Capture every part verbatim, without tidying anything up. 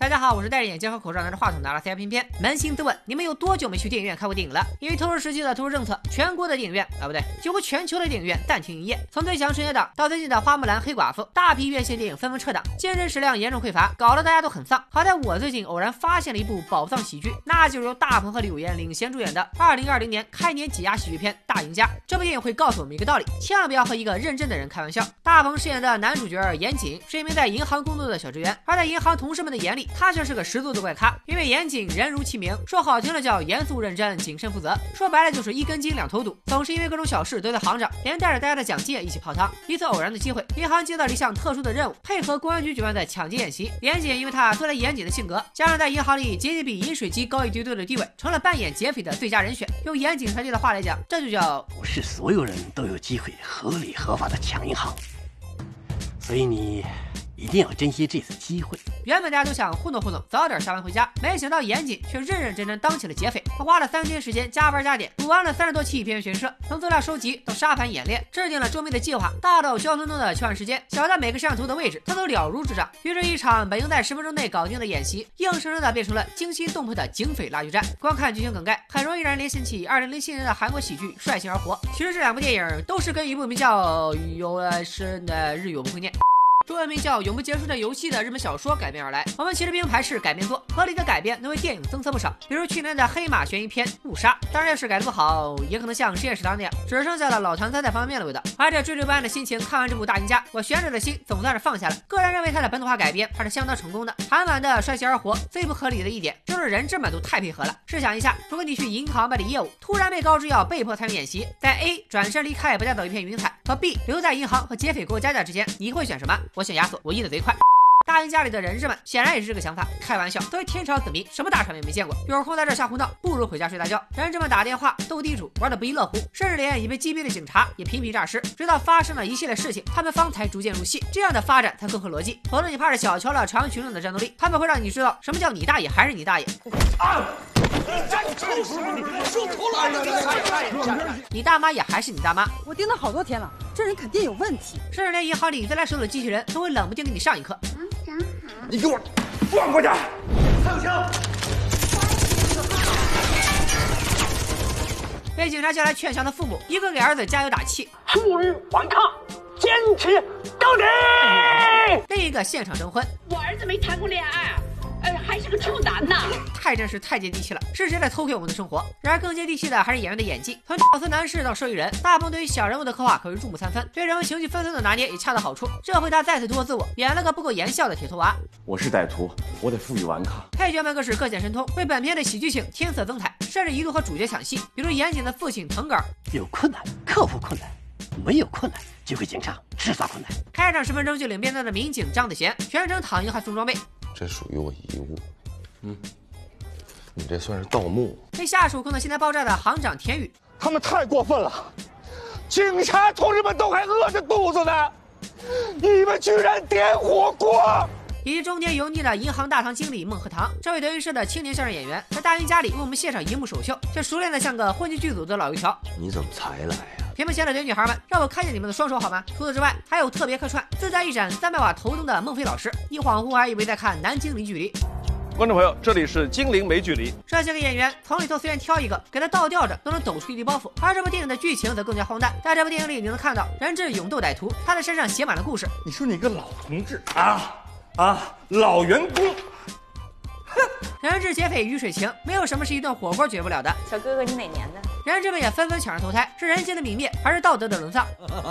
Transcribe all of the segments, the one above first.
大家好，我是戴着眼镜和口罩拿着话筒的阿拉斯加偏偏。扪心自问，你们有多久没去电影院看过电影了？因为特殊时期的特殊政策，全国的电影院啊不对，几乎全球的电影院暂停营业。从最强春节档到最近的花木兰、黑寡妇，大批院线电影纷纷撤档，健身食量严重匮乏，搞得大家都很丧。好在我最近偶然发现了一部宝藏喜剧，那就是由大鹏和柳岩领衔主演的二零二零年开年挤压喜剧片《大赢家》。这部电影会告诉我们一个道理，千万不要和一个认真的人开玩笑。大鹏饰演的男主角严谨是一名在银行工作的小职员，而在银行同事们的眼里，他却是个十足的怪咖。因为严谨人如其名，说好听了叫严肃认真、谨慎负责，说白了就是一根筋两头堵，总是因为各种小事得罪行长，连带着大家的奖金一起泡汤。一次偶然的机会，银行接到了一项特殊的任务，配合公安局举办的抢劫演习。严谨因为他特别严谨的性格，加上在银行里仅仅比饮水机高一堆堆的地位，成了扮演劫匪的最佳人选。用严谨才对的话来讲，这就叫不是所有人都有机会合理合法的抢银行，所以你一定要珍惜这次机会。 原本大家都想糊弄糊弄，早点下班回家，没想到严谨却认认真真当起了劫匪。他花了三天时间加班加点，补完了三十多期边缘悬摄，从资料收集到沙盘演练，制定了周密的计划，大到交通灯的切换时间，小到每个摄像头的位置，他都了如指掌。于是，一场本应在十分钟内搞定的演习，硬生生的变成了惊心动魄的警匪拉锯战。光看剧情梗概，很容易让人联想起二零零七年的韩国喜剧《率性而活》。其实这两部电影都是跟一部名叫有呃是的日语我不会念。中文名叫《永不结束的游戏》的日本小说改编而来。我们其实并排斥改编作，合理的改编能为电影增色不少。比如去年的黑马悬疑片《误杀》，当然要是改得不好，也可能像实验室堂那样，只剩下了老坛酸菜方便面的味道。怀着惴惴不安的心情看完这部《大赢家》，我悬着的心总算是放下了。个人认为它的本土化改编还是相当成功的。韩版的《率性而活》最不合理的一点就是人质们都太配合了。试想一下，如果你去银行办理业务，突然被告知要被迫参与演习，在 A 转身离开不带走一片云彩，和 B 留在银行和劫匪过家家之间，你会选什么？我选亚索，我译的贼快。大赢家里的人质们显然也是这个想法，开玩笑，作为天朝子民，什么大场面没见过？有空在这瞎胡闹，不如回家睡大觉。人质们打电话斗地主，玩得不亦乐乎，甚至连已被击毙的警察也频频诈尸。直到发生了一系列事情，他们方才逐渐入戏，这样的发展才综合逻辑。否则你怕是小瞧了朝阳群众的战斗力，他们会让你知道什么叫你大爷还是你大爷。啊！你大妈也还是你大妈。 我盯了好多天了，这人肯定有问题。 甚至连银行里自来熟的机器人都会冷不丁给你上一课。 行长好， 你给我放过去！还有枪！ 被警察叫来劝降的父母，一个给儿子加油打气， 负隅顽抗，坚持到底； 另一个现场征婚， 我儿子没谈过恋爱。哎，还是个处男呢， 太真实太接地气了，是谁在偷窥我们的生活？然而更接地气的还是演员的演技，从屌丝男士到受益人，大鹏对于小人物的刻画可谓入木三分，对人物情绪分寸的拿捏也恰到好处。这回他再次突破自我，演了个不够言笑的铁头娃。 我是歹徒，我得负隅顽抗。 配角们更是各显神通，为本片的喜剧性添色增彩，甚至一度和主角抢戏，比如严谨的父亲藤杆。 有困难克服困难，没有困难就会警察制造困难。 开场十分钟就领便当的民警张子贤，全程躺赢还送装备。 这属于我遗物，嗯，你这算是盗墓。 被下属控的心态爆炸的行长田宇， 他们太过分了，警察同志们都还饿着肚子呢，你们居然点火锅！ 以及中间油腻的银行大堂经理孟鹤堂，这位德云社的青年相声演员，在大赢家里为我们献上银幕首秀，却熟练的像个混进剧组的老油条。 你怎么才来呀？ 屏幕前的怼女孩们，让我看见你们的双手好吗？除此之外，还有特别客串，自带一盏三百瓦头灯的孟非老师，一恍惚还以为在看南京零距离。 观众朋友，这里是金陵没距离。 这些个演员从里头随便挑一个，给他倒吊着都能抖出一地包袱。而这部电影的剧情则更加荒诞。在这部电影里，你能看到人质勇斗歹徒，他的身上写满了故事。 你说你个老同志啊啊，老员工。 人质劫匪鱼水情，没有什么是一顿火锅解不了的。 小哥哥，你哪年的？ 人质们也纷纷抢着投胎，是人性的泯灭，还是道德的沦丧？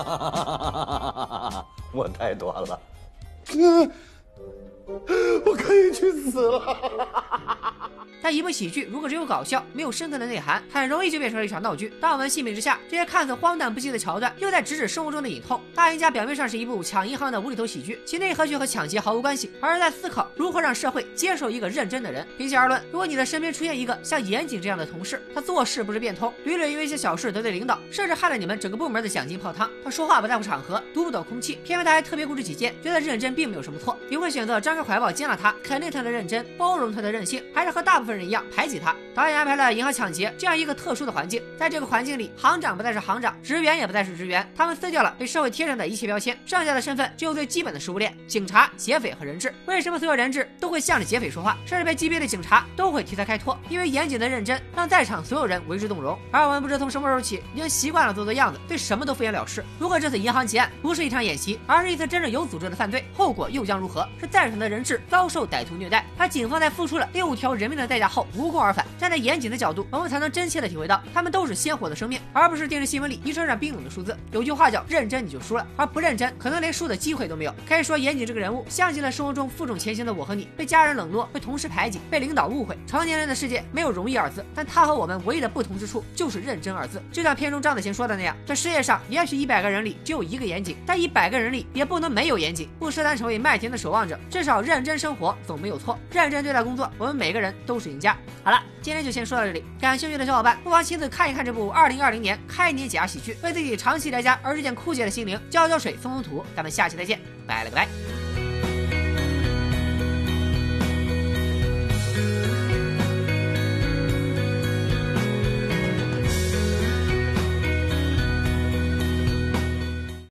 我太短了。 嗯我可以去死了。 但一部喜剧如果只有搞笑，没有深层的内涵，很容易就变成了一场闹剧。当我们细品之下，这些看似荒诞不羁的桥段，又在直指生活中的隐痛。大赢家表面上是一部抢银行的无厘头喜剧，其内核却和抢劫毫无关系，而是在思考如何让社会接受一个认真的人。平心而论，如果你的身边出现一个像严谨这样的同事，他做事不是变通，屡屡因为一些小事得罪领导，甚至害了你们整个部门的奖金泡汤。他说话不在乎场合，读不懂空气，偏偏他还特别固执己见，觉得认真并没有什么错。你会选择张开怀抱接纳他，肯定他的认真，包容他的任性，还是和大部分分人一样排挤他。导演安排了银行抢劫这样一个特殊的环境，在这个环境里，行长不再是行长，职员也不再是职员，他们撕掉了被社会贴上的一切标签，剩下的身份只有最基本的食物链：警察、劫匪和人质。为什么所有人质都会向着劫匪说话，甚至被击毙的警察都会替他开脱？因为严谨的认真让在场所有人为之动容。而我们不知从什么时候起，已经习惯了做做样子，对什么都敷衍了事。如果这次银行劫案不是一场演习，而是一次真正有组织的犯罪，后果又将如何？是在场的人质遭受歹徒虐待，而警方在付出了六条人命的代价后无功而返。站在严谨的角度，我们才能真切的体会到，他们都是鲜活的生命，而不是电视新闻里一串串冰冷的数字。有句话叫认真你就输了，而不认真可能连输的机会都没有。可以说严谨这个人物像极了生活中负重前行的我和你，被家人冷落，被同事排挤，被领导误会。成年人的世界没有容易二字，但他和我们唯一的不同之处就是认真二字。就像片中张子贤说的那样，这世界上也许一百个人里只有一个严谨，但一百个人里也不能没有严谨。不奢单成为麦田的守望者，至少认真生活总没有错。认真对待工作，我们每个人都是赢家。好了，今天就先说到这里。感兴趣的小伙伴不妨亲自看一看这部二零二零年开年解压喜剧，为自己长期在家而日渐枯竭的心灵浇浇水、松松土。咱们下期再见，拜了个拜。